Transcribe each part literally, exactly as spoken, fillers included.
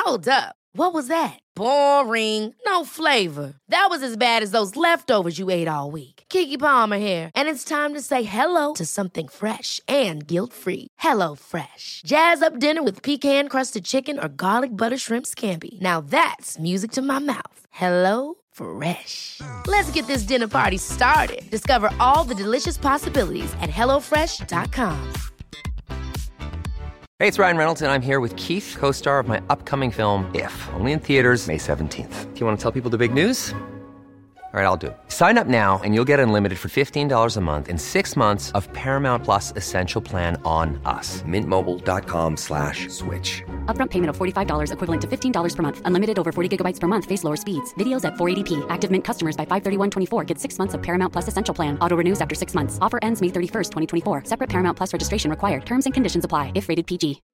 Hold up. What was that? Boring. No flavor. That was as bad as those leftovers you ate all week. Keke Palmer here, and it's time to say hello to something fresh and guilt-free. Hello Fresh. Jazz up dinner with pecan-crusted chicken or garlic butter shrimp scampi. Now that's music to my mouth. Hello Fresh. Let's get this dinner party started. Discover all the delicious possibilities at hello fresh dot com. Hey, it's Ryan Reynolds, and I'm here with Keith, co-star of my upcoming film, If, only in theaters May seventeenth. Do you want to tell people the big news? All right, I'll do it. Sign up now and you'll get unlimited for fifteen dollars a month and six months of Paramount Plus Essential Plan on us. Mint Mobile dot com slash switch. Upfront payment of forty-five dollars equivalent to fifteen dollars per month. Unlimited over forty gigabytes per month. Face lower speeds. Videos at four eighty p. Active Mint customers by five thirty-one twenty-four get six months of Paramount Plus Essential Plan. Auto renews after six months. Offer ends May thirty-first, twenty twenty-four. Separate Paramount Plus registration required. Terms and conditions apply if rated P G.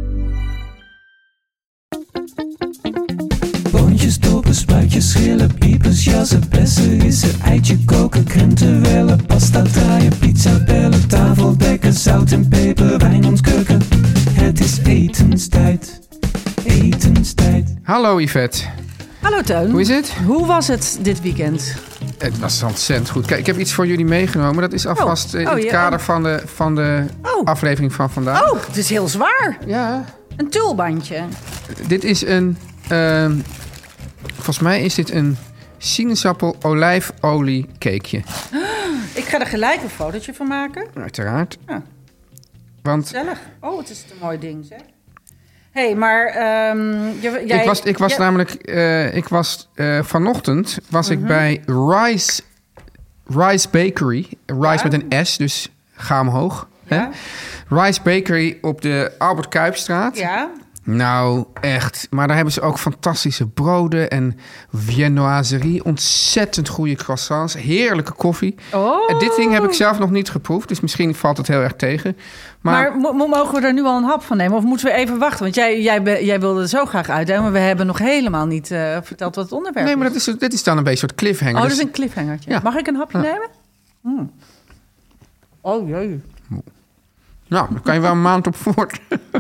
Boontjes, dopen, spuitjes, schillen, piepers, jassen, bessen, rissen, eitje koken, krenten wellen, pasta draaien, pizza bellen, tafel dekken, zout en peper, wijn ontkurken. Het is etenstijd, etenstijd. Hallo Yvette. Hallo Teun. Hoe is het? Hoe was het dit weekend? Het was ontzettend goed. Kijk, ik heb iets voor jullie meegenomen. Dat is alvast oh. in oh, het ja. kader van de, van de oh. aflevering van vandaag. Oh, het is heel zwaar. Ja. Een tulbandje. Dit is een... Uh, volgens mij is dit een sinaasappel olijfolie cakeje. Ik ga er gelijk een fotootje van maken. Uiteraard. Ja. Want... Gezellig. Oh, het is een mooi ding, zeg. Hé, hey, maar... Um, je, jij, ik was, ik was jij... namelijk... Uh, ik was uh, vanochtend was uh-huh. ik bij Rice, Rice Bakery. Rice ja. met een S, dus ga omhoog. Ja. Hè? Rice Bakery op de Albert Kuipstraat. Ja. Nou, echt. Maar daar hebben ze ook fantastische broden en viennoiserie. Ontzettend goede croissants. Heerlijke koffie. Oh. En dit ding heb ik zelf nog niet geproefd. Dus misschien valt het heel erg tegen. Maar, maar mo- mogen we er nu al een hap van nemen? Of moeten we even wachten? Want jij, jij, be- jij wilde er zo graag uitdelen. Maar we hebben nog helemaal niet uh, verteld wat het onderwerp is. Nee, maar is. dat is, dit is dan een beetje een soort cliffhanger. Oh, dus... dat is een cliffhangertje. Ja. Mag ik een hapje ja. nemen? Mm. Oh, jee. Nou, daar kan je wel een maand op voort.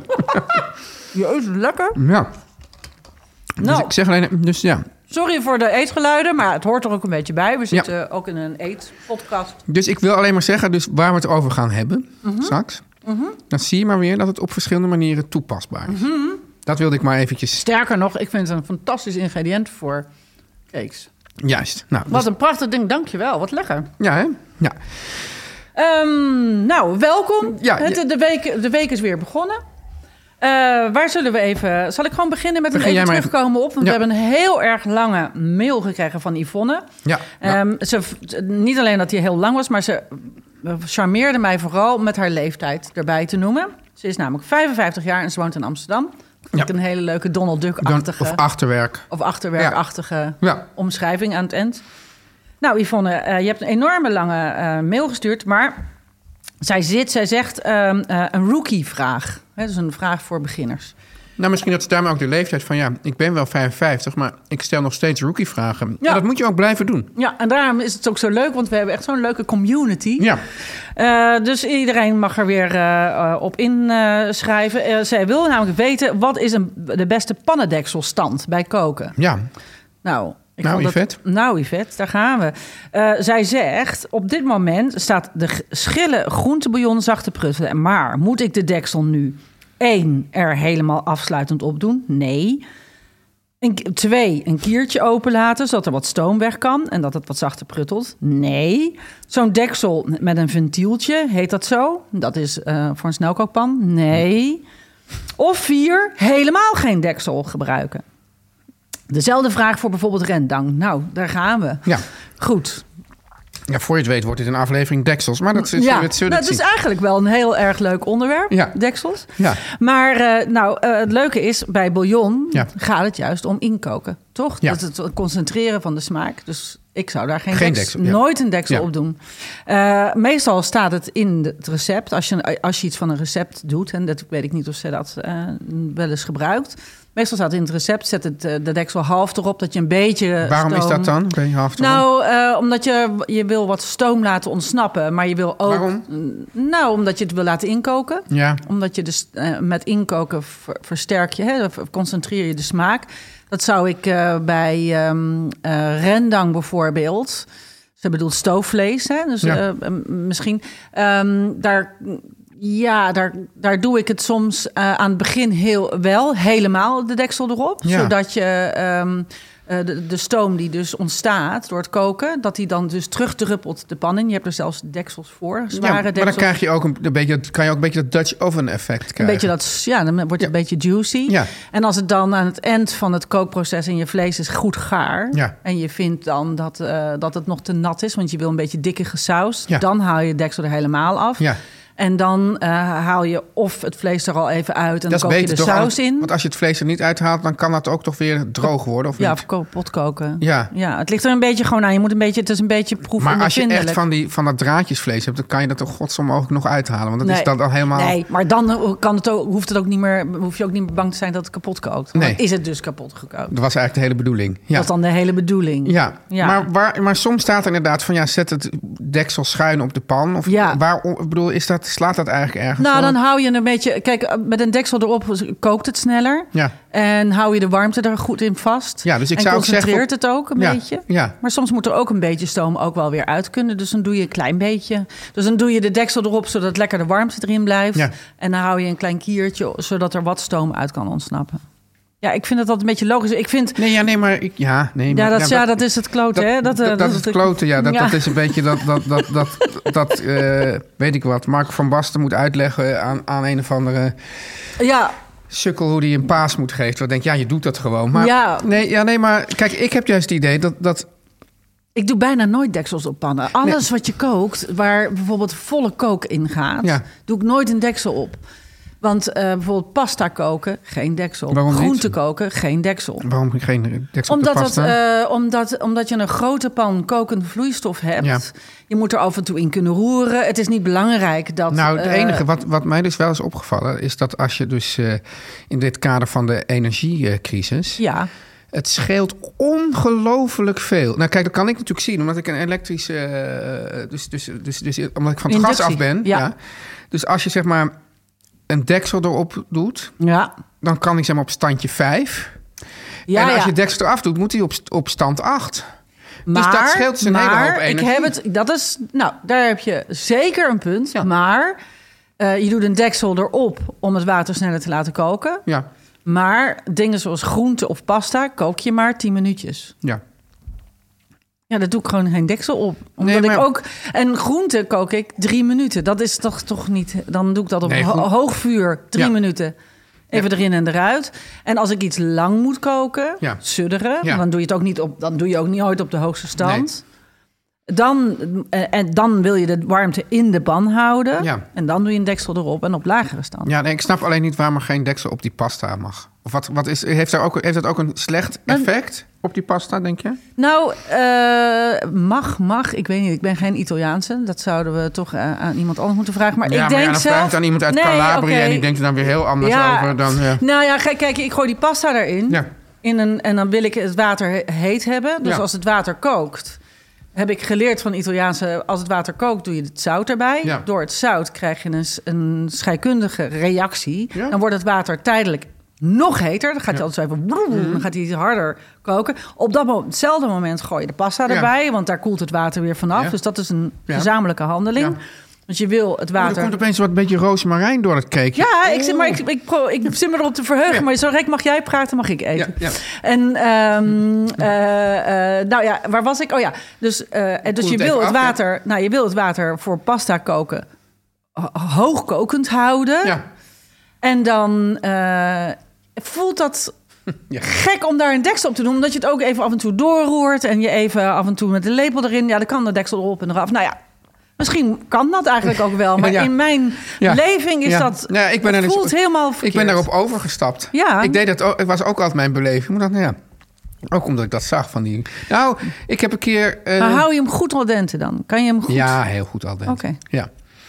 Jezus, lekker. Ja. Nou, dus ik zeg alleen, dus ja. Sorry voor de eetgeluiden, maar het hoort er ook een beetje bij. We zitten ja. ook in een eetpodcast. Dus ik wil alleen maar zeggen, dus waar we het over gaan hebben mm-hmm. straks. Mm-hmm. Dan zie je maar weer dat het op verschillende manieren toepasbaar is. Mm-hmm. Dat wilde ik maar eventjes... Sterker nog, ik vind het een fantastisch ingrediënt voor cakes. Juist. Nou, Wat dus... een prachtig ding, dankjewel. Wat lekker. Ja, hè? Ja. Um, nou, welkom. Ja, het, ja. De, week, de week is weer begonnen. Uh, waar zullen we even... Zal ik gewoon beginnen met Begin een even terugkomen even... op? Want ja. we hebben een heel erg lange mail gekregen van Yvonne. Ja. ja. Um, ze, niet alleen dat hij heel lang was, maar ze charmeerde mij vooral met haar leeftijd erbij te noemen. Ze is namelijk vijfenvijftig jaar en ze woont in Amsterdam. Ja. Een hele leuke Donald Duck-achtige... Of achterwerk. Of achterwerkachtige ja. Ja. omschrijving aan het eind. Nou, Yvonne, uh, je hebt een enorme lange uh, mail gestuurd, maar zij zit, zij zegt uh, uh, een rookie-vraag. Hè, dus een vraag voor beginners. Nou, misschien dat is daarmee ook de leeftijd van... ja, ik ben wel vijfenvijftig, maar ik stel nog steeds rookie-vragen. Ja. En dat moet je ook blijven doen. Ja, en daarom is het ook zo leuk, want we hebben echt zo'n leuke community. Ja. Uh, dus iedereen mag er weer uh, op inschrijven. Uh, zij wil namelijk weten, wat is een, de beste pannendekselstand bij koken? Ja. Nou... Ik nou, Yvette. Dat, nou, Yvette, daar gaan we. Uh, zij zegt, op dit moment staat de schille groentebouillon zacht te pruttelen. Maar moet ik de deksel nu één er helemaal afsluitend op doen? Nee. Een, twee, een kiertje open laten, zodat er wat stoom weg kan en dat het wat zachter pruttelt? Nee. Zo'n deksel met een ventieltje, heet dat zo? Dat is uh, voor een snelkookpan? Nee. Of vier, helemaal geen deksel gebruiken. Dezelfde vraag voor bijvoorbeeld rendang. Nou, daar gaan we. Ja. Goed. Ja, voor je het weet wordt dit een aflevering deksels. Maar dat is, ja, het, nou, het is eigenlijk wel een heel erg leuk onderwerp, ja. deksels. Ja. Maar uh, nou, uh, het leuke is, bij bouillon ja. gaat het juist om inkoken, toch? Ja. Dat het concentreren van de smaak. Dus ik zou daar geen, geen deksel, deksel, ja. nooit een deksel ja. op doen. Uh, meestal staat het in het recept. Als je, als je iets van een recept doet, en dat weet ik niet of ze dat uh, wel eens gebruikt... Meestal staat in het recept, zet het, uh, de deksel half erop, dat je een beetje Waarom stoom... is dat dan? Ben je half erop? Nou, uh, omdat je, je wil wat stoom laten ontsnappen, maar je wil ook... Waarom? Nou, omdat je het wil laten inkoken. Ja. Omdat je dus uh, met inkoken ver, versterk je, hè, concentreer je de smaak. Dat zou ik uh, bij um, uh, rendang bijvoorbeeld... Ze bedoelt stoofvlees, hè? Dus ja. uh, misschien... Um, daar... Ja, daar, daar doe ik het soms uh, aan het begin heel wel, helemaal de deksel erop. Ja. Zodat je um, uh, de, de stoom die dus ontstaat door het koken, dat die dan dus terugdruppelt de pan in. Je hebt er zelfs deksels voor, zware ja, maar deksels. dan krijg je ook een, een beetje, kan je ook een beetje dat Dutch oven effect krijgen. Een beetje dat, ja, dan wordt het ja. een beetje juicy. Ja. En als het dan aan het eind van het kookproces in je vlees is goed gaar, ja. en je vindt dan dat, uh, dat het nog te nat is, want je wil een beetje dikkige saus, ja. dan haal je de deksel er helemaal af. Ja. En dan uh, haal je of het vlees er al even uit en dan kook je de saus in. Want als je het vlees er niet uithaalt, dan kan dat ook toch weer droog worden, of ja, niet? of kapot koken. Ja. ja, het ligt er een beetje gewoon aan. Je moet een beetje, het is een beetje proeven. Maar als je echt van, die, van dat draadjesvlees hebt, dan kan je dat toch godsonmogelijk nog uithalen. Want dat nee. is dan al helemaal... Nee, maar dan kan het ook, hoeft het ook niet meer, hoef je ook niet meer bang te zijn dat het kapot kookt. Want nee. dan is het dus kapot gekookt. Dat was eigenlijk de hele bedoeling. Ja. Dat was dan de hele bedoeling. Ja, ja. Maar, waar, maar soms staat er inderdaad van, ja, zet het deksel schuin op de pan. Of ja. waar, ik bedoel, is dat, slaat dat eigenlijk ergens Nou, voor? dan hou je een beetje... Kijk, met een deksel erop kookt het sneller. Ja. En hou je de warmte er goed in vast. Ja, dus ik en zou ook zeggen... concentreert het ook een ja. beetje. Ja. Maar soms moet er ook een beetje stoom ook wel weer uit kunnen. Dus dan doe je een klein beetje. Dus dan doe je de deksel erop, zodat lekker de warmte erin blijft. Ja. En dan hou je een klein kiertje, zodat er wat stoom uit kan ontsnappen. Ja, ik vind het altijd een beetje logisch. Ik vind... Nee, ja, nee, maar... Ik, ja, nee, maar ja, dat, ja, ja, dat is het kloten, dat, hè? Dat, dat, dat, dat is het kloten, ja. Dat, ja. dat is een beetje dat... dat, dat, dat, dat uh, weet ik wat. Mark van Basten moet uitleggen aan, aan een of andere... Ja... sukkel hoe die een paas moet geven. Dan denk je, ja, je doet dat gewoon. Maar, ja. Nee, ja, nee, maar kijk, ik heb juist het idee dat... dat ik doe bijna nooit deksels op pannen. Alles nee. wat je kookt, waar bijvoorbeeld volle kook in gaat... Ja. doe ik nooit een deksel op. Want uh, bijvoorbeeld pasta koken, geen deksel. Waarom Groente niet? koken, geen deksel. Waarom geen deksel omdat op de pasta? Het, uh, omdat, omdat je een grote pan kokende vloeistof hebt. Ja. Je moet er af en toe in kunnen roeren. Het is niet belangrijk dat... Nou, het uh, enige wat, wat mij dus wel is opgevallen... is dat als je dus uh, in dit kader van de energiecrisis... Ja. Het scheelt ongelooflijk veel. Nou kijk, dat kan ik natuurlijk zien, omdat ik een elektrische... Uh, dus, dus, dus, dus omdat ik van het Inductie. gas af ben. Ja. Ja. Dus als je zeg maar een deksel erop doet... Ja. dan kan ik zeg maar op standje vijf. Ja, en als ja. je deksel eraf doet, moet hij op, op stand acht. Maar, dus dat scheelt dus een maar, hele hoop energie. Ik heb het, dat is, nou, daar heb je zeker een punt. Ja. Maar uh, je doet een deksel erop om het water sneller te laten koken. Ja. Maar dingen zoals groente of pasta kook je maar tien minuutjes. Ja. Ja, daar doe ik gewoon geen deksel op. Omdat nee, maar... ik ook... En groente kook ik drie minuten. Dat is toch, toch niet... Dan doe ik dat op nee, ho- hoog vuur. Drie ja. minuten. Even ja. erin en eruit. En als ik iets lang moet koken, ja. sudderen... Ja. Dan doe je het ook niet op... Dan doe je ook niet ooit op de hoogste stand. Nee. Dan, en dan wil je de warmte in de pan houden. Ja. En dan doe je een deksel erop en op lagere stand. Ja, nee, ik snap alleen niet waarom er geen deksel op die pasta mag. Of wat, wat is, heeft, daar ook, heeft dat ook een slecht effect op die pasta, denk je? Nou, uh, mag, mag. Ik weet niet, ik ben geen Italiaanse. Dat zouden we toch uh, aan iemand anders moeten vragen. Maar ja, ik maar denk ja, dan zelf... vraag het aan iemand uit nee, Calabria... Okay. en die denkt er dan weer heel anders ja. over dan... Ja. Nou ja, kijk, kijk, ik gooi die pasta erin. Ja. In een, en dan wil ik het water heet hebben. Dus ja. als het water kookt... heb ik geleerd van Italiaanse... als het water kookt, doe je het zout erbij. Ja. Door het zout krijg je een, een scheikundige reactie. Ja. Dan wordt het water tijdelijk nog heter. Dan gaat hij ja. altijd zo even... Broem, mm. Dan gaat hij harder koken. Op dat moment, hetzelfde moment gooi je de pasta erbij... Ja. want daar koelt het water weer vanaf. Ja. Dus dat is een ja. gezamenlijke handeling. Ja. Want je wil het water... Oh, er komt opeens wat een beetje rozemarijn door het cakeje. Ja, ik, zit, maar ik, ik, ik, ik zit me erop te verheugen. Ja. Maar zo rek mag jij praten, mag ik eten. Ja, ja. En um, uh, uh, nou ja, waar was ik? Oh ja, dus, uh, dus je wil het af, water... Ja. Nou, je wil het water voor pasta koken hoogkokend houden. Ja. En dan uh, voelt dat... Ja. Gek om daar een deksel op te doen, omdat je het ook even af en toe doorroert... en je even af en toe met de lepel erin... ja, dan kan de deksel erop en eraf. Nou ja, misschien kan dat eigenlijk ook wel... maar ja. in mijn ja. beleving is ja. dat... Ja, ik ben het voelt dus, helemaal verkeerd. Ik ben daarop overgestapt. Ja. Ik deed dat ook, het was ook altijd mijn beleving. Maar dan, ja, ook omdat ik dat zag van die... Nou, ik heb een keer... Uh, maar hou je hem goed al dente dan? Kan je hem goed... Ja, heel goed al dente. Okay. Ja.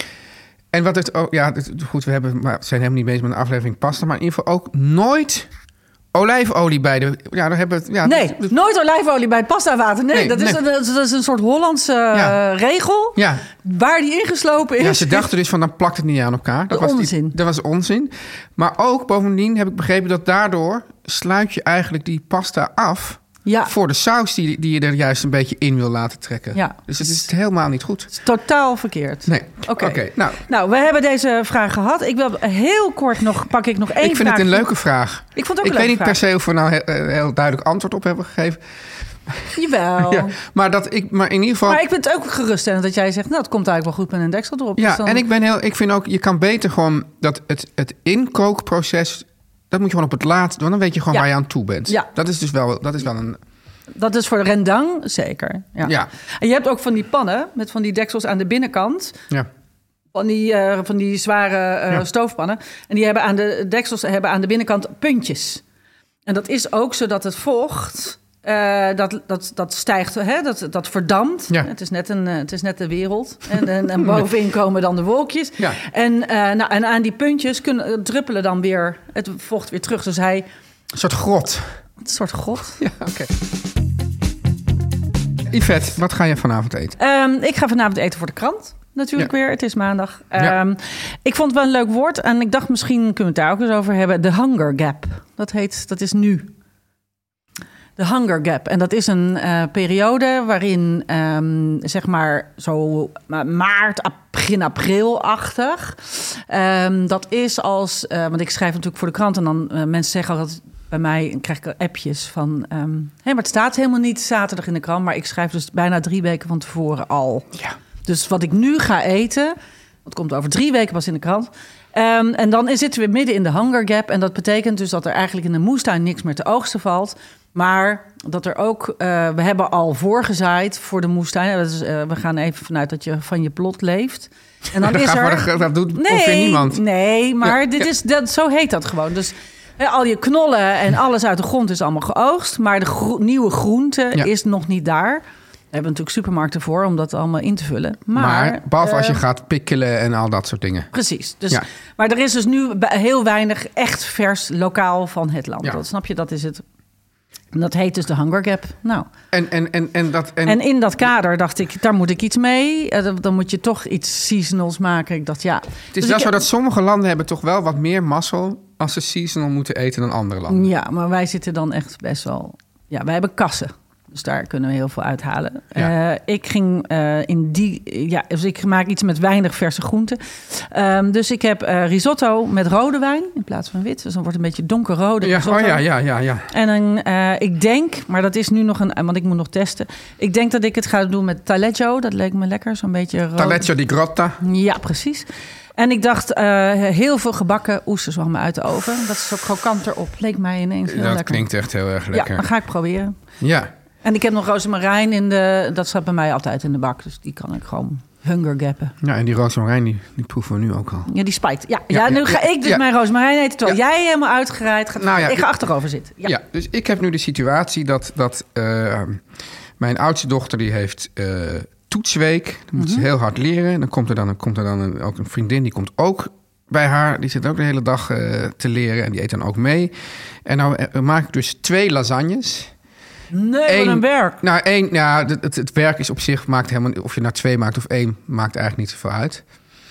En wat het ook... Ja, goed, we hebben, maar zijn helemaal niet bezig met een aflevering pasta... maar in ieder geval ook nooit... Olijfolie bij de... Ja, daar hebben we het... Ja, Nee, dat- nooit olijfolie bij het pastawater. Nee, Nee, dat, is, nee. dat, is, dat is een soort Hollandse Ja. uh, regel. Ja. Waar die ingeslopen is. Ja, ze dachten dus van, dan plakt het niet aan elkaar. Dat De was die- onzin. dat was onzin. Maar ook, bovendien heb ik begrepen dat daardoor... sluit je eigenlijk die pasta af... Ja. voor de saus die, die je er juist een beetje in wil laten trekken. Ja. Dus het is helemaal niet goed. Het is totaal verkeerd. Nee. Oké. Oké, nou... Nou, we hebben deze vraag gehad. Ik wil heel kort nog, pak ik nog één vraag. Ik vind het een leuke vraag. Ik vond het ook Ik een weet niet leuke per vraag. se of we nou heel, heel duidelijk antwoord op hebben gegeven. Jawel. Ja, maar, dat ik, maar in ieder geval... Maar ik vind het ook geruststellend dat jij zegt... nou, het komt eigenlijk wel goed met een deksel erop. Ja, Dus dan- en ik ben heel... Ik vind ook, je kan beter gewoon dat het, het inkookproces... dat moet je gewoon op het laatst doen. Dan weet je gewoon Ja. waar je aan toe bent. Ja. Dat is dus wel, dat is wel een... Dat is voor de rendang zeker. Ja. Ja. En je hebt ook van die pannen met van die deksels aan de binnenkant... Ja. Van die, uh, van die zware uh, Ja. stoofpannen. En die hebben aan de deksels hebben aan de binnenkant puntjes. En dat is ook zodat het vocht... Uh, dat, dat, dat stijgt, hè? Dat, dat verdampt. Ja. Het, is net een, uh, het is net de wereld. En, en, en bovenin komen dan de wolkjes. Ja. En, uh, nou, en aan die puntjes kunnen, druppelen dan weer het vocht weer terug. Dus hij... Een soort grot. Een soort god. Ja, oké. Yvette, wat ga je vanavond eten? Um, ik ga vanavond eten voor de krant. Natuurlijk Ja. weer, het is maandag. Ja. Um, ik vond het wel een leuk woord. En ik dacht, misschien kunnen we het daar ook eens over hebben. De hunger gap. Dat heet, dat is nu. De hunger gap. En dat is een uh, periode waarin, um, zeg maar, zo maart, ap- begin april-achtig. Um, dat is als, uh, want ik schrijf natuurlijk voor de krant. En dan uh, mensen zeggen altijd bij mij, krijg ik appjes van... Um, hey, maar het staat helemaal niet zaterdag in de krant. Maar ik schrijf dus bijna drie weken van tevoren al. Ja. Dus wat ik nu ga eten, dat komt over drie weken pas in de krant. Um, en dan zitten we midden in de hunger gap. En dat betekent dus dat er eigenlijk in de moestuin niks meer te oogsten valt. Maar dat er ook, uh, we hebben al voorgezaaid voor de moestuin. Dat is, uh, we gaan even vanuit dat je van je plot leeft. En dan dat, is gaat er... voor de- dat doet nee, ongeveer niemand. Nee, maar Ja, dit ja. is, dat, zo heet dat gewoon. Dus hè, al je knollen en alles uit de grond is allemaal geoogst. Maar de gro- nieuwe groente Ja. is nog niet daar. We hebben natuurlijk supermarkten voor om dat allemaal in te vullen. Maar, Maar, behalve als je uh, gaat pikkelen en al dat soort dingen. Precies. Dus, Ja. Maar er is dus nu bij- heel weinig echt vers lokaal van het land. Ja. Dat snap je, dat is het. En dat heet dus de hunger gap. Nou, En, en, en, en, dat, en, en in dat kader dacht ik, daar moet ik iets mee. Eh, Dan dan moet je toch iets seasonals maken. Ik dacht, ja. het is Dus wel ik- zo dat sommige landen hebben toch wel wat meer mazzel... als ze seasonal moeten eten dan andere landen. Ja, maar wij zitten dan echt best wel... Ja, wij hebben kassen. Dus daar kunnen we heel veel uithalen. Ja. Uh, ik ging uh, in die... Ja, dus ik maak iets met weinig verse groenten. Um, dus ik heb uh, risotto met rode wijn in plaats van wit. Dus dan wordt het een beetje donkerrode Ja, risotto. oh ja, ja, ja, ja. En dan, uh, ik denk, maar dat is nu nog een... Want ik moet nog testen. Ik denk dat ik het ga doen met taleggio. Dat leek me lekker, zo'n beetje rood. Taleggio di grotta. Ja, precies. En ik dacht, uh, heel veel gebakken oesters me uit de oven. Dat is ook krokant erop. Leek mij ineens heel Dat lekker. klinkt echt heel erg Ja, lekker. dat ga ik proberen. Ja. En ik heb nog rozemarijn in de... Dat staat bij mij altijd in de bak. Dus die kan ik gewoon hunger gappen. Ja, en die rozemarijn, die, die proeven we nu ook al. Ja, die spijt. Ja, ja, Ja, nu ja, ga ja, ik dus ja. mijn rozemarijn eten... terwijl Ja. jij helemaal uitgereid gaat. Nou ja, ik ga ik- achterover zitten. Ja. Ja. dus ik heb nu de situatie dat, dat uh, mijn oudste dochter... die heeft uh, toetsweek. Dan moet Mhm. ze heel hard leren. Dan komt er dan, een, komt er dan een, ook een vriendin, die komt ook bij haar. Die zit ook de hele dag uh, te leren en die eet dan ook mee. En nou uh, maak ik dus twee lasagnes... Nee, wat een werk. Nou, één, ja, het, het, het werk is op zich, maakt helemaal, of je nou twee maakt of één, maakt eigenlijk niet zoveel uit.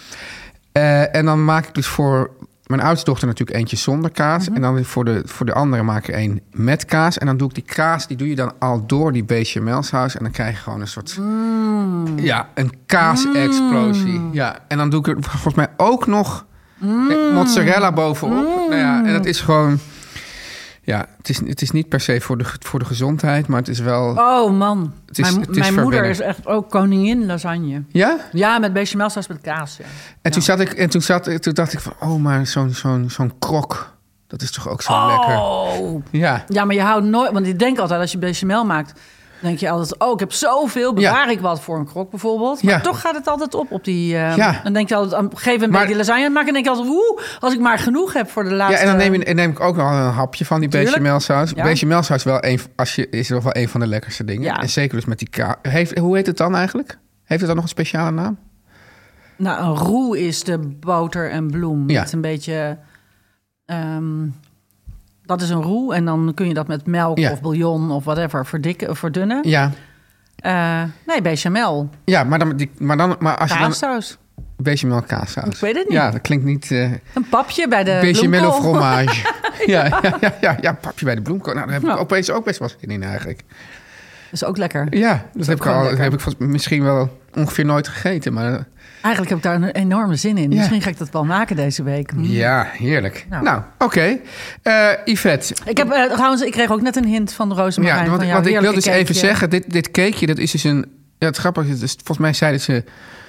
Uh, en dan maak ik dus voor mijn oudste dochter natuurlijk eentje zonder kaas. Mm-hmm. En dan voor de, voor de andere maak ik één met kaas. En dan doe ik die kaas, die doe je dan al door die bechamelsaus. En dan krijg je gewoon een soort, mm. ja, een kaasexplosie. Mm. Ja, en dan doe ik er volgens mij ook nog mm. mozzarella bovenop. Mm. Nou ja, en dat is gewoon... Ja, het is, het is niet per se voor de, voor de gezondheid, maar het is wel... Oh man, het is, mijn, het is mijn moeder verwennen. is echt ook koningin lasagne. Ja? Ja, met bechamelsaus met kaas. Ja. En, ja. toen, zat ik, en toen, zat, toen dacht ik van, oh, maar zo'n zo'n zo'n krok, dat is toch ook zo oh. lekker. Ja. Ja, maar je houdt nooit... Want ik denk altijd, als je bechamel maakt... denk je altijd, oh, ik heb zoveel, bewaar Ja. ik wat voor een krok bijvoorbeeld. Maar Ja. toch gaat het altijd op op die... Uh, Ja. Dan denk je altijd, op een gegeven moment Maar- ben je die lasagne aan het maken... en denk je altijd, oeh, als ik maar genoeg heb voor de laatste... Ja, en dan neem, je, en neem ik ook nog een hapje van die Tuurlijk. bechamelsaus. Ja. Bechamelsaus wel een, als je, is nog wel een van de lekkerste dingen. Ja. En zeker dus met die kaas. Heeft, hoe heet het dan eigenlijk? Heeft het dan nog een speciale naam? Nou, een roux is de boter en bloem. Ja. Met een beetje... Um, Dat is een roux en dan kun je dat met melk Ja. of bouillon of whatever verdikken of verdunnen. Ja, Uh, nee, bechamel. ja maar, dan, die, maar, dan, maar als je dan... Kaassaus. Bechamel kaassaus. Ik weet het niet. Ja, dat klinkt niet... Uh, Een papje bij de bechamel of bloemkool. fromage. ja, ja, ja, ja, ja, papje bij de bloemkool. Nou, daar heb ik Nou. opeens ook best wel zin in eigenlijk. Dat is ook lekker. Ja, dat heb ik, gewoon al, lekker. heb ik vast- misschien wel ongeveer nooit gegeten. Maar Eigenlijk heb ik daar een enorme zin in. Ja. Misschien ga ik dat wel maken deze week. Mm. ja, heerlijk. Nou, Nou. oké. Eh, Yvette. Ik heb uh, trouwens, ik kreeg ook net een hint van Roosmarijn. Ja, want, van jouw want ik wil heerlijke dus even cakeje. zeggen, dit, dit cakeje, dat is dus een... Ja, het grappige is, dus, volgens mij zeiden ze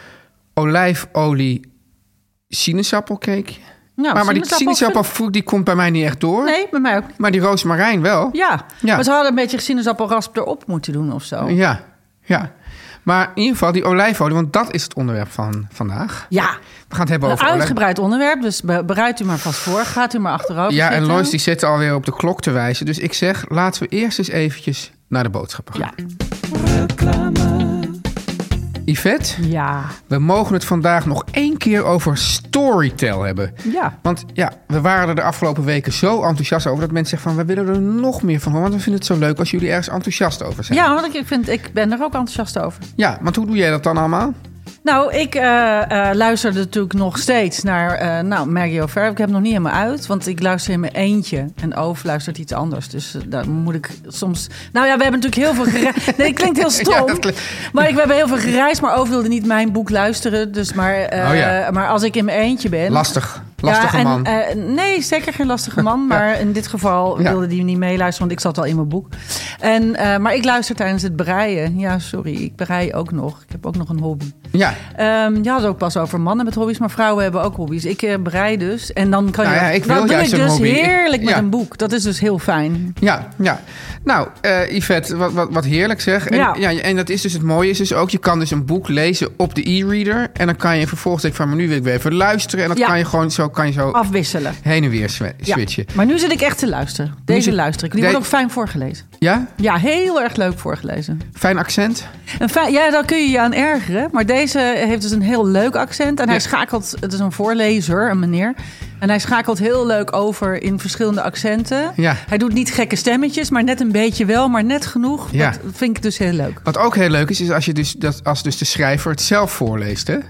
olijfolie sinaasappelcake. Nou, maar, maar die sinaasappel- sinaasappel die komt bij mij niet echt door. Nee, bij mij ook. Maar die roosmarijn wel. Ja. Ja. maar ze hadden een beetje sinaasappelrasp erop moeten doen of zo. Ja, ja. Maar in ieder geval die olijfolie, want dat is het onderwerp van vandaag. Ja, We gaan het hebben een over olij- uitgebreid onderwerp, dus be- bereid u maar vast voor. Gaat u maar achterover Ja, en zitten. Lois die zit alweer op de klok te wijzen. Dus ik zeg, laten we eerst eens eventjes naar de boodschappen gaan. Ja. Yvette, Ja. we mogen het vandaag nog één keer over Storytel hebben. Ja. Want ja, we waren er de afgelopen weken zo enthousiast over... dat mensen zeggen van, we willen er nog meer van horen. Want we vinden het zo leuk als jullie ergens enthousiast over zijn. Ja, want ik, vind, ik ben er ook enthousiast over. Ja, want hoe doe jij dat dan allemaal? Nou, ik uh, uh, luister natuurlijk nog steeds naar uh, nou, Maggie O'Farrell. Ik heb hem nog niet helemaal uit, want ik luister in mijn eentje. En Oof luistert iets anders. Dus uh, daar moet ik soms... Nou ja, we hebben natuurlijk heel veel gereisd. Nee, het klinkt heel stom. Ja, dat klinkt- Maar ik, we hebben heel veel gereisd, maar Oof wilde niet mijn boek luisteren. Dus maar, uh, Oh ja. maar als ik in mijn eentje ben... Lastig. Lastige ja, en, man. uh, nee, zeker geen lastige man. Maar in dit geval Ja. wilde die niet meeluisteren, want ik zat al in mijn boek. En, uh, maar ik luister tijdens het breien. Ja, sorry, ik brei ook nog. Ik heb ook nog een hobby. Ja, Um, je had het ook pas over mannen met hobby's, maar vrouwen hebben ook hobby's. Ik uh, brei dus. En dan kan je. Nou ja, ik wil dat doe juist ik een dus hobby. Ik- heerlijk met ja. een boek. Dat is dus heel fijn. ja, ja. Nou, eh Yvette, wat, wat, wat heerlijk zeg. En, ja. Ja. en dat is dus het mooie is dus ook... je kan dus een boek lezen op de e-reader... en dan kan je vervolgens denken van... maar nu wil ik weer even luisteren... en dat Ja. kan je gewoon zo, kan je zo Afwisselen. heen en weer swi- Ja. switchen. Maar nu zit ik echt te luisteren. Deze zit- luister ik. Die de- wordt ook fijn voorgelezen. Ja? Ja, heel erg leuk voorgelezen. Fijn accent? En fijn, ja, daar kun je je aan ergeren. Maar deze heeft dus een heel leuk accent. En hij Ja. schakelt, het is een voorlezer, een meneer. En hij schakelt heel leuk over in verschillende accenten. Ja. Hij doet niet gekke stemmetjes, maar net een beetje wel, maar net genoeg. Ja. Dat vind ik dus heel leuk. Wat ook heel leuk is, is als, je dus, dat, als dus de schrijver het zelf voorleest, hè?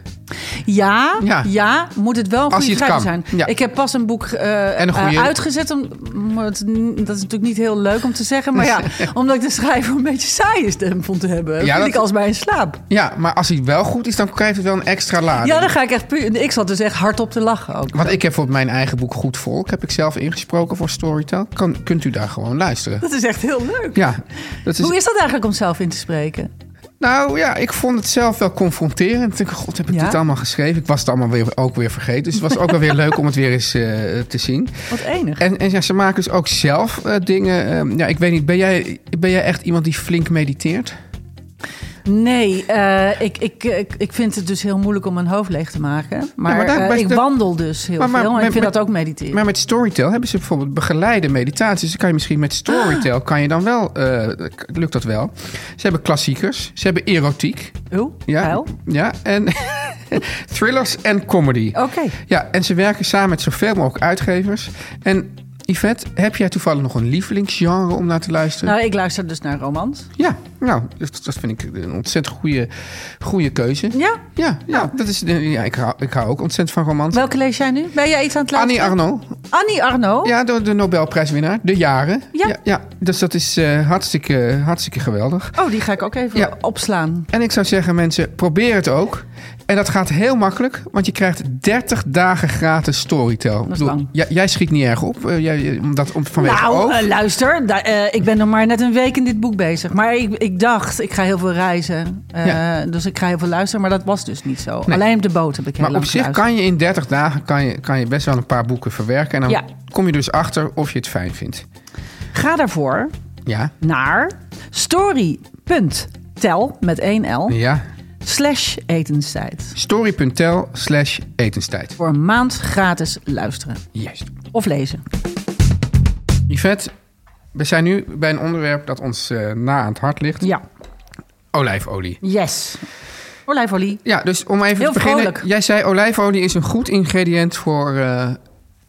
Ja, Ja. ja. moet het wel een Als goede hij het schrijver kan. zijn. Ja. Ik heb pas een boek eh, En een goede- eh, uitgezet. Om, maar het- dat is natuurlijk niet heel leuk om te zeggen. Maar ja, omdat ik de schrijver een beetje saaie stem vond te hebben. Ja, viel dat- ik als bij in slaap. Ja, maar als hij wel goed is, dan krijgt het wel een extra lading. Ja, dan ga ik echt puur... Ik zat dus echt hardop te lachen ook. Want ik heb voor mijn eigen boek Goed Volk... heb ik zelf ingesproken voor Storytel. Kan, kunt u daar gewoon luisteren. Dat is echt heel leuk. Ja, dat is... Hoe is dat eigenlijk om zelf in te spreken? Nou ja, ik vond het zelf wel confronterend. Ik dacht, god, heb ik Ja? dit allemaal geschreven? Ik was het allemaal weer, ook weer vergeten. Dus het was ook wel weer leuk om het weer eens uh, te zien. Wat enig. En, en ja, ze maken dus ook zelf uh, dingen. Uh, ja, ik weet niet, ben jij, ben jij echt iemand die flink mediteert? Nee, uh, ik, ik, ik, ik vind het dus heel moeilijk om mijn hoofd leeg te maken. Maar, maar daar- uh, bij- ik dat- wandel dus heel Maar- maar- veel. En maar- ik vind maar- dat ook mediteren. Maar met Storytel hebben ze bijvoorbeeld begeleide meditaties. Dus dan kan je misschien met Storytel, kan je dan wel, uh, lukt dat wel. Ze hebben klassiekers, ze hebben erotiek. Oeh, Ja, geil. ja en thrillers en comedy. Oké. Ja, en ze werken samen met zoveel mogelijk uitgevers. En Yvette, heb jij toevallig nog een lievelingsgenre om naar te luisteren? Nou, ik luister dus naar romans. Ja, nou, dat, dat vind ik een ontzettend goede, goede keuze. Ja? Ja, ja, dat is, ja ik, hou, ik hou ook ontzettend van romans. Welke lees jij nu? Ben jij iets aan het Annie luisteren? Arnaud. Annie Arnaud? Ja, de, de Nobelprijswinnaar. De Jaren. Ja. ja, ja, dus dat is uh, hartstikke, hartstikke geweldig. Oh, die ga ik ook even Ja. opslaan. En ik zou zeggen, mensen, probeer het ook. En dat gaat heel makkelijk, want je krijgt dertig dagen gratis Storytel. Dat is Ik bedoel, lang. Jij, jij schiet niet erg op, uh, jij, omdat, om, vanwege Nou, Oof. uh, luister, da- uh, ik ben nog maar net een week in dit boek bezig. Maar ik, ik dacht, ik ga heel veel reizen. Uh, Ja. Dus ik ga heel veel luisteren, maar dat was dus niet zo. Nee. Alleen op de boot heb ik heel Maar lang op zich geluisterd. kan je in dertig dagen kan je, kan je best wel een paar boeken verwerken. En dan Ja. kom je dus achter of je het fijn vindt. Ga daarvoor Ja, naar story.tel met één L ja. slash etenstijd. Story.tel slash etenstijd. Voor een maand gratis luisteren. Juist. Of lezen. Yvette, we zijn nu bij een onderwerp dat ons uh, na aan het hart ligt. Ja, Olijfolie. yes. Olijfolie. Ja, dus om even Heel te beginnen. vrolijk. Jij zei olijfolie is een goed ingrediënt voor uh,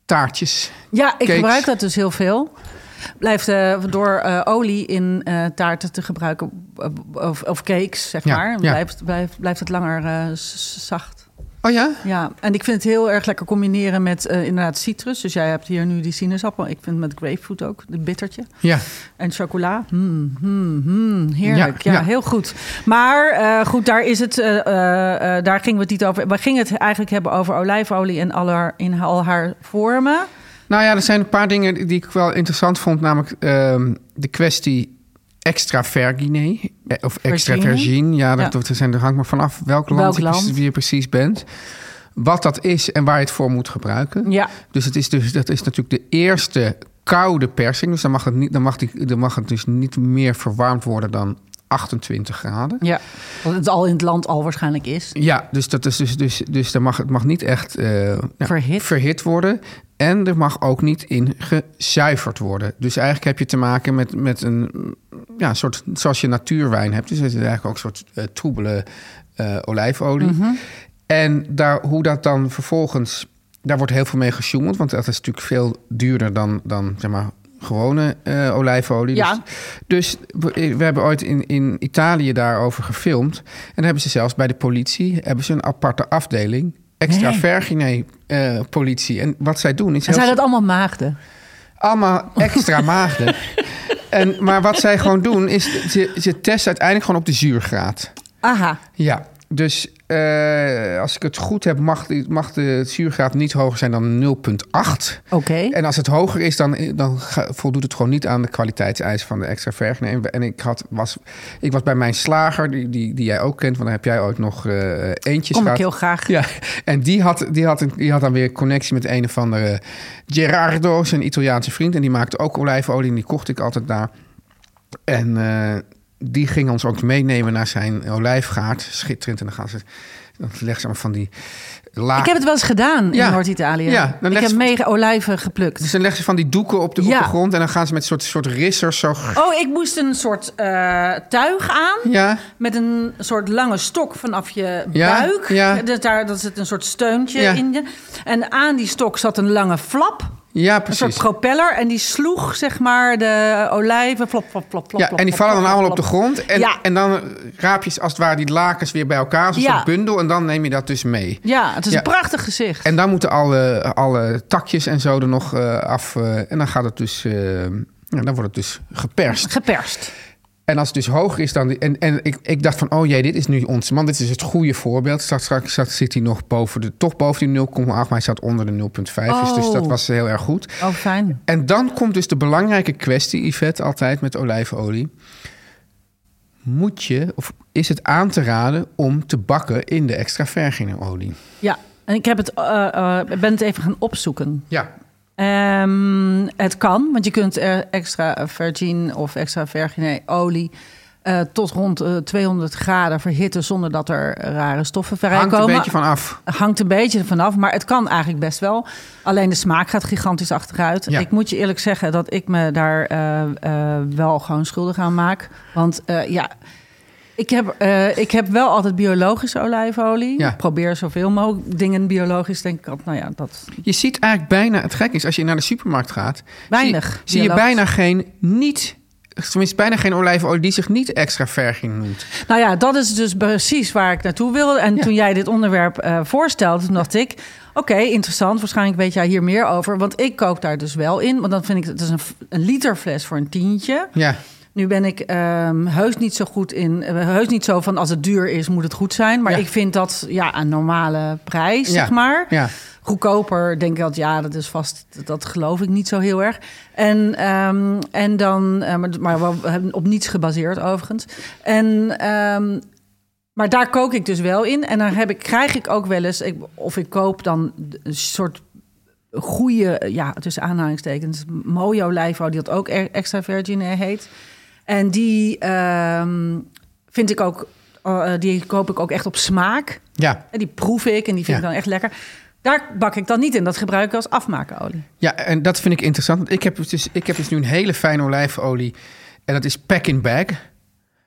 taartjes. Ja, ik cakes. gebruik dat dus heel veel. Blijft uh, door uh, olie in uh, taarten te gebruiken uh, of, of cakes, zeg Ja, maar. ja. Blijft, blijft, blijft het langer uh, s- zacht. Oh ja? Ja, en ik vind het heel erg lekker combineren met uh, inderdaad citrus. Dus jij hebt hier nu die sinaasappel. Ik vind met grapefruit ook, het bittertje. Ja. En chocola. Mm, mm, mm, heerlijk. Ja, Ja, ja, ja. heel goed. Maar uh, goed, daar is het. Uh, uh, daar gingen we het niet over. We gingen het eigenlijk hebben over olijfolie en al haar, in al haar vormen. Nou ja, er zijn een paar dingen die ik wel interessant vond. Namelijk uh, de kwestie extra vergine. Of extra Vergine? vergine. Ja, dat, Ja. dat zijn, er hangt maar vanaf welk land, Welk je, land? precies- wie je precies bent. Wat dat is en waar je het voor moet gebruiken. Ja. Dus, het is dus dat is natuurlijk de eerste koude persing. Dus dan mag het, niet, dan mag die, dan mag het dus niet meer verwarmd worden dan achtentwintig graden. Ja, wat het al in het land al waarschijnlijk is. Ja, dus dat is dus, dus, dus dan mag, het mag niet echt uh, nou, Verhit. verhit worden. En er mag ook niet in gezuiverd worden. Dus eigenlijk heb je te maken met, met een ja, soort, zoals je natuurwijn hebt. Dus het is eigenlijk ook een soort uh, troebele uh, olijfolie. Mm-hmm. En daar, hoe dat dan vervolgens, daar wordt heel veel mee gesjoemeld. Want dat is natuurlijk veel duurder dan, dan zeg maar, gewone uh, olijfolie. Ja. Dus, dus we, we hebben ooit in, in Italië daarover gefilmd. En dan hebben ze zelfs bij de politie hebben ze een aparte afdeling. Extra Nee. vergine uh, politie. En wat zij doen is... En zijn dat allemaal maagden? Allemaal extra maagden. En, maar wat zij gewoon doen is... Ze, ze testen uiteindelijk gewoon op de zuurgraad. Aha. Ja, dus uh, als ik het goed heb... Mag de, mag de zuurgraad niet hoger zijn dan nul komma acht. Oké. Okay. En als het hoger is, dan, dan voldoet het gewoon niet aan de kwaliteitseisen van de extra vergine. En, en ik, had, was, ik was bij mijn slager, die, die, die jij ook kent... want daar heb jij ooit nog uh, eentjes Kom gehad. ik heel graag. Ja, en die had, die, had een, die had dan weer connectie met een of andere Gerardo, zijn Italiaanse vriend. En die maakte ook olijfolie en die kocht ik altijd daar. En uh, die ging ons ook meenemen naar zijn olijfgaard. Schitterend. En dan gaan ze, dan leggen ze maar van die laag... Ik heb het wel eens gedaan ja. in Noord-Italië. Ja, ik heb mee olijven geplukt. Dus dan leggen ze van die doeken op de, ja. op de grond... en dan gaan ze met soort, soort rissers zo... Oh, ik moest een soort uh, tuig aan... Ja. met een soort lange stok vanaf je ja. buik. Ja. Dat, daar, dat zit een soort steuntje ja. in je. En aan die stok zat een lange flap... Ja, precies. Een soort propeller. En die sloeg, zeg maar, de olijven... Flop, flop, flop, flop, ja, flop, en die flop, vallen dan flop, allemaal flop. op de grond. En, ja. en dan raap je als het ware die lakens weer bij elkaar. Zo'n ja. soort bundel. En dan neem je dat dus mee. Ja, het is ja. een prachtig gezicht. En dan moeten alle, alle takjes en zo er nog uh, af. Uh, en dan gaat het dus... Uh, ja, dan wordt het dus geperst. Geperst. En als het dus hoger is dan... Die, en en ik, ik dacht van, oh jee, dit is nu ons man. Dit is het goede voorbeeld. Straks, straks, straks zit hij nog boven de... Toch boven die nul komma acht, maar hij zat onder de nul komma vijf. Oh. Dus, dus dat was heel erg goed. Oh, fijn. En dan komt dus de belangrijke kwestie, Yvette, altijd met olijfolie. Moet je, of is het aan te raden om te bakken in de extra vergine olie? Ja, en ik heb het, uh, uh, ben het even gaan opzoeken. Ja. Um, het kan, want je kunt er extra virgin of extra vergine olie uh, tot rond uh, tweehonderd graden verhitten zonder dat er rare stoffen vrijkomen. Hangt een beetje van af. Hangt een beetje vanaf, maar het kan eigenlijk best wel. Alleen de smaak gaat gigantisch achteruit. Ja. Ik moet je eerlijk zeggen dat ik me daar uh, uh, wel gewoon schuldig aan maak. Want uh, ja... Ik heb, uh, ik heb wel altijd biologische olijfolie. Ja. Ik probeer zoveel mogelijk dingen biologisch. Denk ik altijd, nou ja, dat... Je ziet eigenlijk bijna, het gek is, als je naar de supermarkt gaat... Weinig Zie, zie je bijna geen, niet... Tenminste, bijna geen olijfolie die zich niet extra vergine noemt. Nou ja, dat is dus precies waar ik naartoe wilde. En ja. toen jij dit onderwerp uh, voorstelde, toen dacht ik... Oké, okay, interessant. Waarschijnlijk weet jij hier meer over. Want ik koop daar dus wel in. Want dan vind ik, het is een, een liter fles voor een tientje. Ja. Nu ben ik um, heus niet zo goed in... Uh, heus niet zo van als het duur is, moet het goed zijn. Maar ja. ik vind dat ja, een normale prijs, ja. zeg maar. Ja. Goedkoper, denk ik dat ja, dat is vast... Dat geloof ik niet zo heel erg. En, um, en dan... Uh, maar, maar we hebben op niets gebaseerd, overigens. En... Um, maar daar kook ik dus wel in. En dan heb ik, krijg ik ook wel eens... Ik, of ik koop dan een soort... goede, ja, tussen aanhalingstekens... mooie olijfolie, dat ook extra virgin heet... En die um, vind ik ook, uh, die koop ik ook echt op smaak. Ja. En die proef ik en die vind ja. ik dan echt lekker. Daar bak ik dan niet in. Dat gebruik ik als afmaakolie. Ja, en dat vind ik interessant. Want ik heb dus, ik heb dus nu een hele fijne olijfolie. En dat is pack in bag.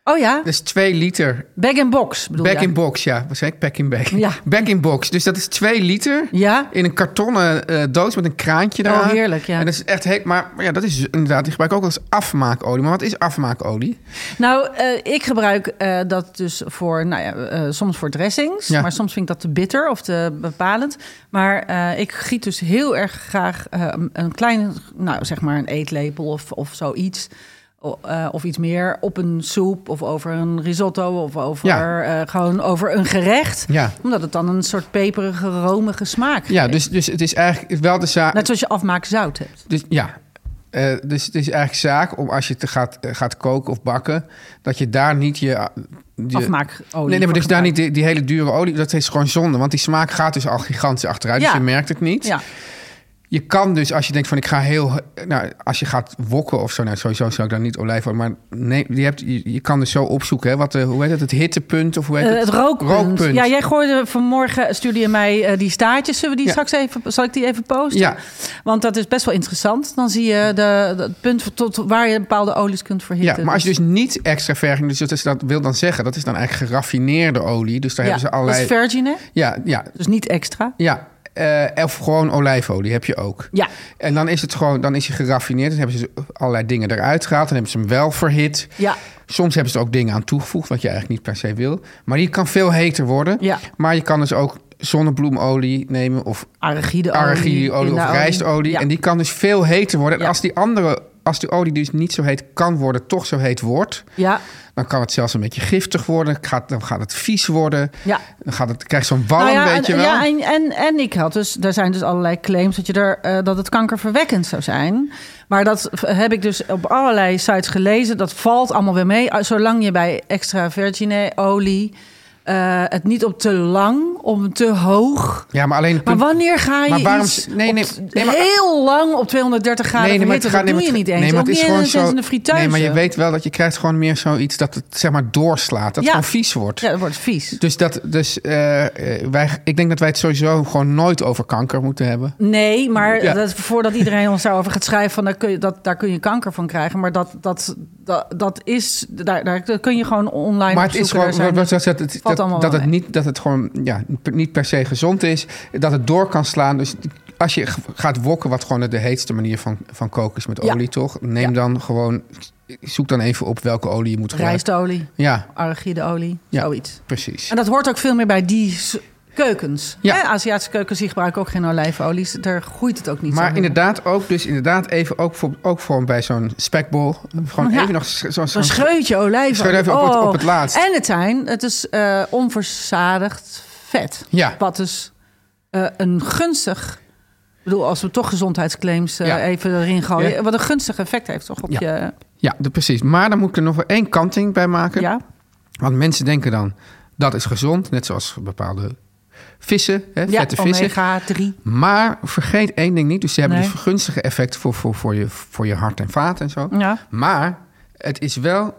Oh ja? Dus twee liter. Bag-in-box bedoel je? Bag-in-box, ja. Wat zei ik? Pack-in-bag. Ja. Bag-in-box. Dus dat is twee liter Ja? in een kartonnen uh, doos met een kraantje eraan. Oh, heerlijk, ja. En dat is echt heet. Maar, maar ja, dat is dus inderdaad, die gebruik ik ook als afmaakolie. Maar wat is afmaakolie? Nou, uh, ik gebruik uh, dat dus voor, nou ja, uh, soms voor dressings. Ja. Maar soms vind ik dat te bitter of te bepalend. Maar uh, ik giet dus heel erg graag uh, een klein, nou zeg maar een eetlepel of, of zoiets. Uh, of iets meer op een soep of over een risotto of over ja. uh, gewoon over een gerecht. Ja. Omdat het dan een soort peperige, romige smaak Ja, geeft. dus, dus het is eigenlijk wel de zaak. Net zoals je afmaak zout hebt. Dus ja. Uh, dus het is eigenlijk zaak om als je te gaat, uh, gaat koken of bakken, dat je daar niet je. je Afmaakolie. Nee, nee, maar dus daar niet die, die hele dure olie. Dat is gewoon zonde, want die smaak gaat dus al gigantisch achteruit. Ja. Dus je merkt het niet. Ja. Je kan dus, als je denkt van ik ga heel... Nou, als je gaat wokken of zo... Nou, sowieso zou ik dan niet olijfolie... Maar nee, je, hebt, je, je kan dus zo opzoeken... Hè, wat de, hoe heet het? Het hittepunt of hoe heet het? Uh, het rookpunt. rookpunt. Ja, jij gooide vanmorgen... stuurde je mij uh, die staartjes. Zullen we die ja. straks even... Zal ik die even posten? Ja. Want dat is best wel interessant. Dan zie je de, de, het punt tot waar je bepaalde olies kunt verhitten. Ja, maar als je dus niet extra verging... Dus dat, is, dat wil dan zeggen... Dat is dan eigenlijk geraffineerde olie. Dus daar ja, hebben ze allerlei... dat is virgin, hè? Ja, ja. Dus niet extra. Ja. Uh, of gewoon olijfolie heb je ook. Ja. En dan is het gewoon, dan is je geraffineerd. Dan hebben ze allerlei dingen eruit gehaald. Dan hebben ze hem wel verhit. Ja. Soms hebben ze er ook dingen aan toegevoegd, wat je eigenlijk niet per se wil. Maar die kan veel heter worden. Ja. Maar je kan dus ook zonnebloemolie nemen of arachideolie, arachideolie of rijstolie. Ja. En die kan dus veel heter worden. En ja. als die andere, als die olie dus niet zo heet kan worden, toch zo heet wordt. Ja. Dan kan het zelfs een beetje giftig worden. Gaat, dan gaat het vies worden. Ja. Dan gaat het, krijg je zo'n walm, nou ja, weet je wel. Ja, en, en, en ik had dus... Er zijn dus allerlei claims dat, je er, uh, dat het kankerverwekkend zou zijn. Maar dat heb ik dus op allerlei sites gelezen. Dat valt allemaal weer mee. Zolang je bij extra virgin olie... Uh, het niet op te lang, op te hoog. Ja, maar alleen. Maar wanneer ga je maar waarom, iets nee, nee, nee, maar, heel lang op tweehonderddertig graden nee, nee, verhitten? Dat nee, doe je niet eens. Nee, maar het is gewoon zo. In de frituizen. Nee, maar je weet wel dat je krijgt gewoon meer zoiets dat het zeg maar doorslaat, dat ja. het gewoon vies wordt. Ja, dat wordt vies. Dus dat, dus uh, wij, ik denk dat wij het sowieso gewoon nooit over kanker moeten hebben. Nee, maar ja. dat, voordat iedereen ons daarover gaat schrijven, van daar kun je dat daar kun je kanker van krijgen. Maar dat dat dat, dat is daar, daar kun je gewoon online. Maar het is gewoon zijn, dat, dat, dat, dat, dat, dat het niet dat het gewoon ja, niet per se gezond is, dat het door kan slaan. Dus als je gaat wokken, wat gewoon de heetste manier van, van koken is met olie, ja. toch? Neem ja. dan gewoon, zoek dan even op welke olie je moet gebruiken. Rijstolie, ja. arachideolie, ja, zoiets. Precies. En dat hoort ook veel meer bij die keukens. Ja. Hè? Aziatische keukens die gebruiken ook geen olijfolie. Daar groeit het ook niet. Maar zo inderdaad ook, dus inderdaad even ook voor, ook voor bij zo'n spekbol. Gewoon ja. even nog zo'n zo, zo scheutje olijfolie. Scheut even oh. op, het, op het laatst. En het zijn, het is uh, onverzadigd vet. Ja. Wat dus uh, een gunstig... Ik bedoel, als we toch gezondheidsclaims uh, ja. even erin gooien... Ja. Wat een gunstig effect heeft toch op ja. je... Ja, de, precies. Maar dan moet ik er nog wel één kanting bij maken. Ja. Want mensen denken dan, dat is gezond. Net zoals bepaalde vissen, hè, ja, vette vissen. omega drie. Maar vergeet één ding niet. Dus ze hebben nee. dus gunstige effecten voor, voor, voor, je, voor je hart en vaat en zo. Ja. Maar het is wel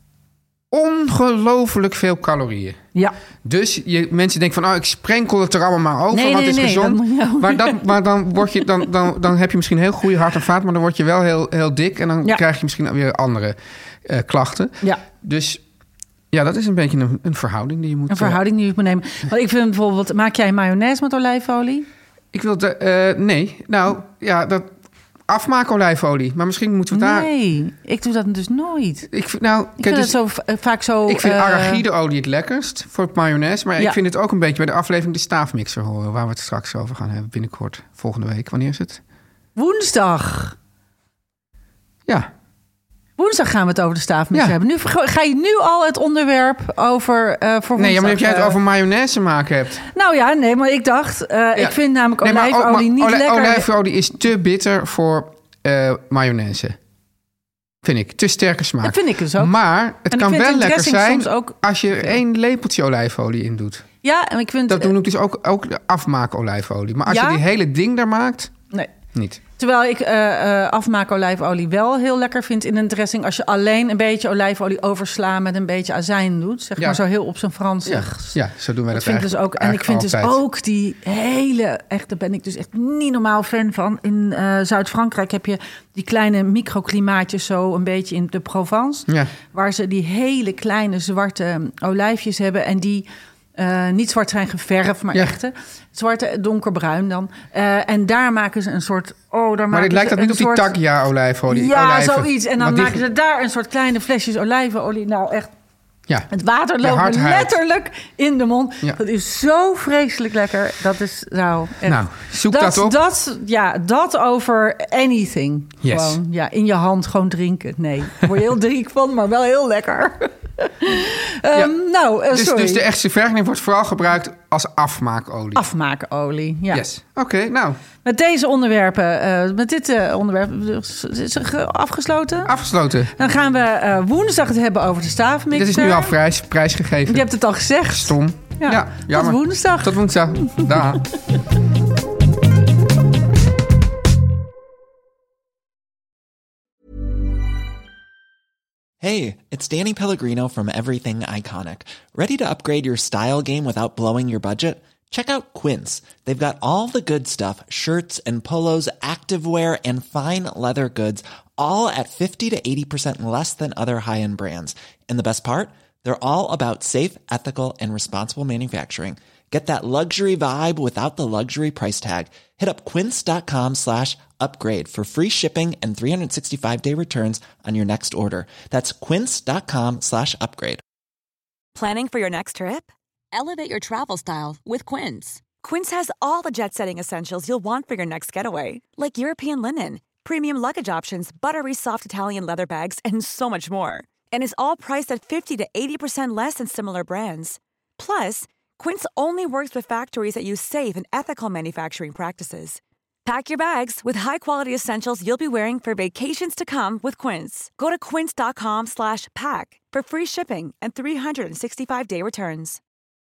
ongelooflijk veel calorieën. Ja. Dus je, mensen denken van, oh, ik sprenkel het er allemaal maar over, nee, want nee, het is nee, gezond. Dat maar, dat, maar dan, word je, dan, dan, dan heb je misschien heel goede hart en vaat, maar dan word je wel heel, heel dik en dan ja. krijg je misschien weer andere uh, klachten. Ja. Dus ja, dat is een beetje een, een verhouding die je moet... Een verhouding die je moet nemen. Want ik vind bijvoorbeeld, maak jij mayonaise met olijfolie? Ik wil de, uh, nee, nou ja, dat afmaken olijfolie. Maar misschien moeten we daar... Nee, ik doe dat dus nooit. Ik, nou, ik vind dus, het zo, vaak zo... Ik vind uh, arachideolie het lekkerst voor het mayonaise. Maar ja. ik vind het ook een beetje bij de aflevering de staafmixer horen. Waar we het straks over gaan hebben binnenkort. Volgende week. Wanneer is het? Woensdag. Ja. Woensdag gaan we het over de staafmixer ja. hebben. Nu ga je nu al het onderwerp over uh, voor woensdag. Nee, maar heb jij het over mayonaise maken hebt. Nou ja, nee, maar ik dacht... Uh, ja. Ik vind namelijk nee, olijfolie niet olij, lekker. Olijfolie is te bitter voor uh, mayonaise. Vind ik. Te sterke smaak. Dat vind ik dus ook. Maar het en kan wel lekker zijn ook... als je er één lepeltje olijfolie in doet. Ja, en ik vind... Dat doen ik dus ook, ook de afmaken olijfolie. Maar als ja? je die hele ding daar maakt... Nee. niet. Terwijl ik uh, uh, afmaak olijfolie wel heel lekker vind in een dressing. Als je alleen een beetje olijfolie oversla met een beetje azijn doet. Zeg Ja. maar zo heel op zijn Frans. Ja, ja, zo doen wij dat, dat vind ik dus ook. En ik vind dus altijd. ook die hele, echt, daar ben ik dus echt niet normaal fan van. In uh, Zuid-Frankrijk heb je die kleine microklimaatjes zo een beetje in de Provence. Ja. Waar ze die hele kleine zwarte olijfjes hebben en die... Uh, niet zwart zijn geverfd, maar ja. echte. Zwarte, donkerbruin dan. Uh, en daar maken ze een soort... Oh, daar maar dit lijkt dat niet op soort... die Taggia olijfolie. Ja, olijven. zoiets. En dan Want maken die... ze daar een soort kleine flesjes olijfolie. Nou, echt... Ja. Het water Je loopt hart me huilt. letterlijk in de mond. Ja. Dat is zo vreselijk lekker. Dat is nou echt... Nou, zoek dat, dat op. Dat, ja, dat over anything. Yes. Gewoon, ja, in je hand gewoon drinken. Nee, daar word je heel driek van, maar wel heel lekker. um, Ja. Nou, uh, Dus, sorry. dus de echte verging wordt vooral gebruikt als afmaakolie. Afmaakolie, ja. Yes. Oké, okay, nou. Met deze onderwerpen, uh, met dit uh, onderwerp is het afgesloten. Afgesloten. Dan gaan we uh, woensdag het hebben over de staafmixer. Dit is nu al prijs, prijsgegeven. Je hebt het al gezegd. Stom. Ja, ja jammer. Tot woensdag. Tot woensdag. Dag. Hey, it's Danny Pellegrino from Everything Iconic. Ready to upgrade your style game without blowing your budget? Check out Quince. They've got all the good stuff, shirts and polos, activewear, and fine leather goods, all at fifty to eighty percent less than other high-end brands. And the best part? They're all about safe, ethical, and responsible manufacturing. Get that luxury vibe without the luxury price tag. Hit up quince.com slash upgrade for free shipping and three sixty-five day returns on your next order. That's quince.com slash upgrade. Planning for your next trip? Elevate your travel style with Quince. Quince has all the jet-setting essentials you'll want for your next getaway, like European linen, premium luggage options, buttery soft Italian leather bags, and so much more. And is all priced at fifty to eighty percent less than similar brands. Plus, Quince only works with factories that use safe and ethical manufacturing practices. Pack your bags with high-quality essentials you'll be wearing for vacations to come with Quince. Go to quince.com slash pack for free shipping and three sixty-five day returns.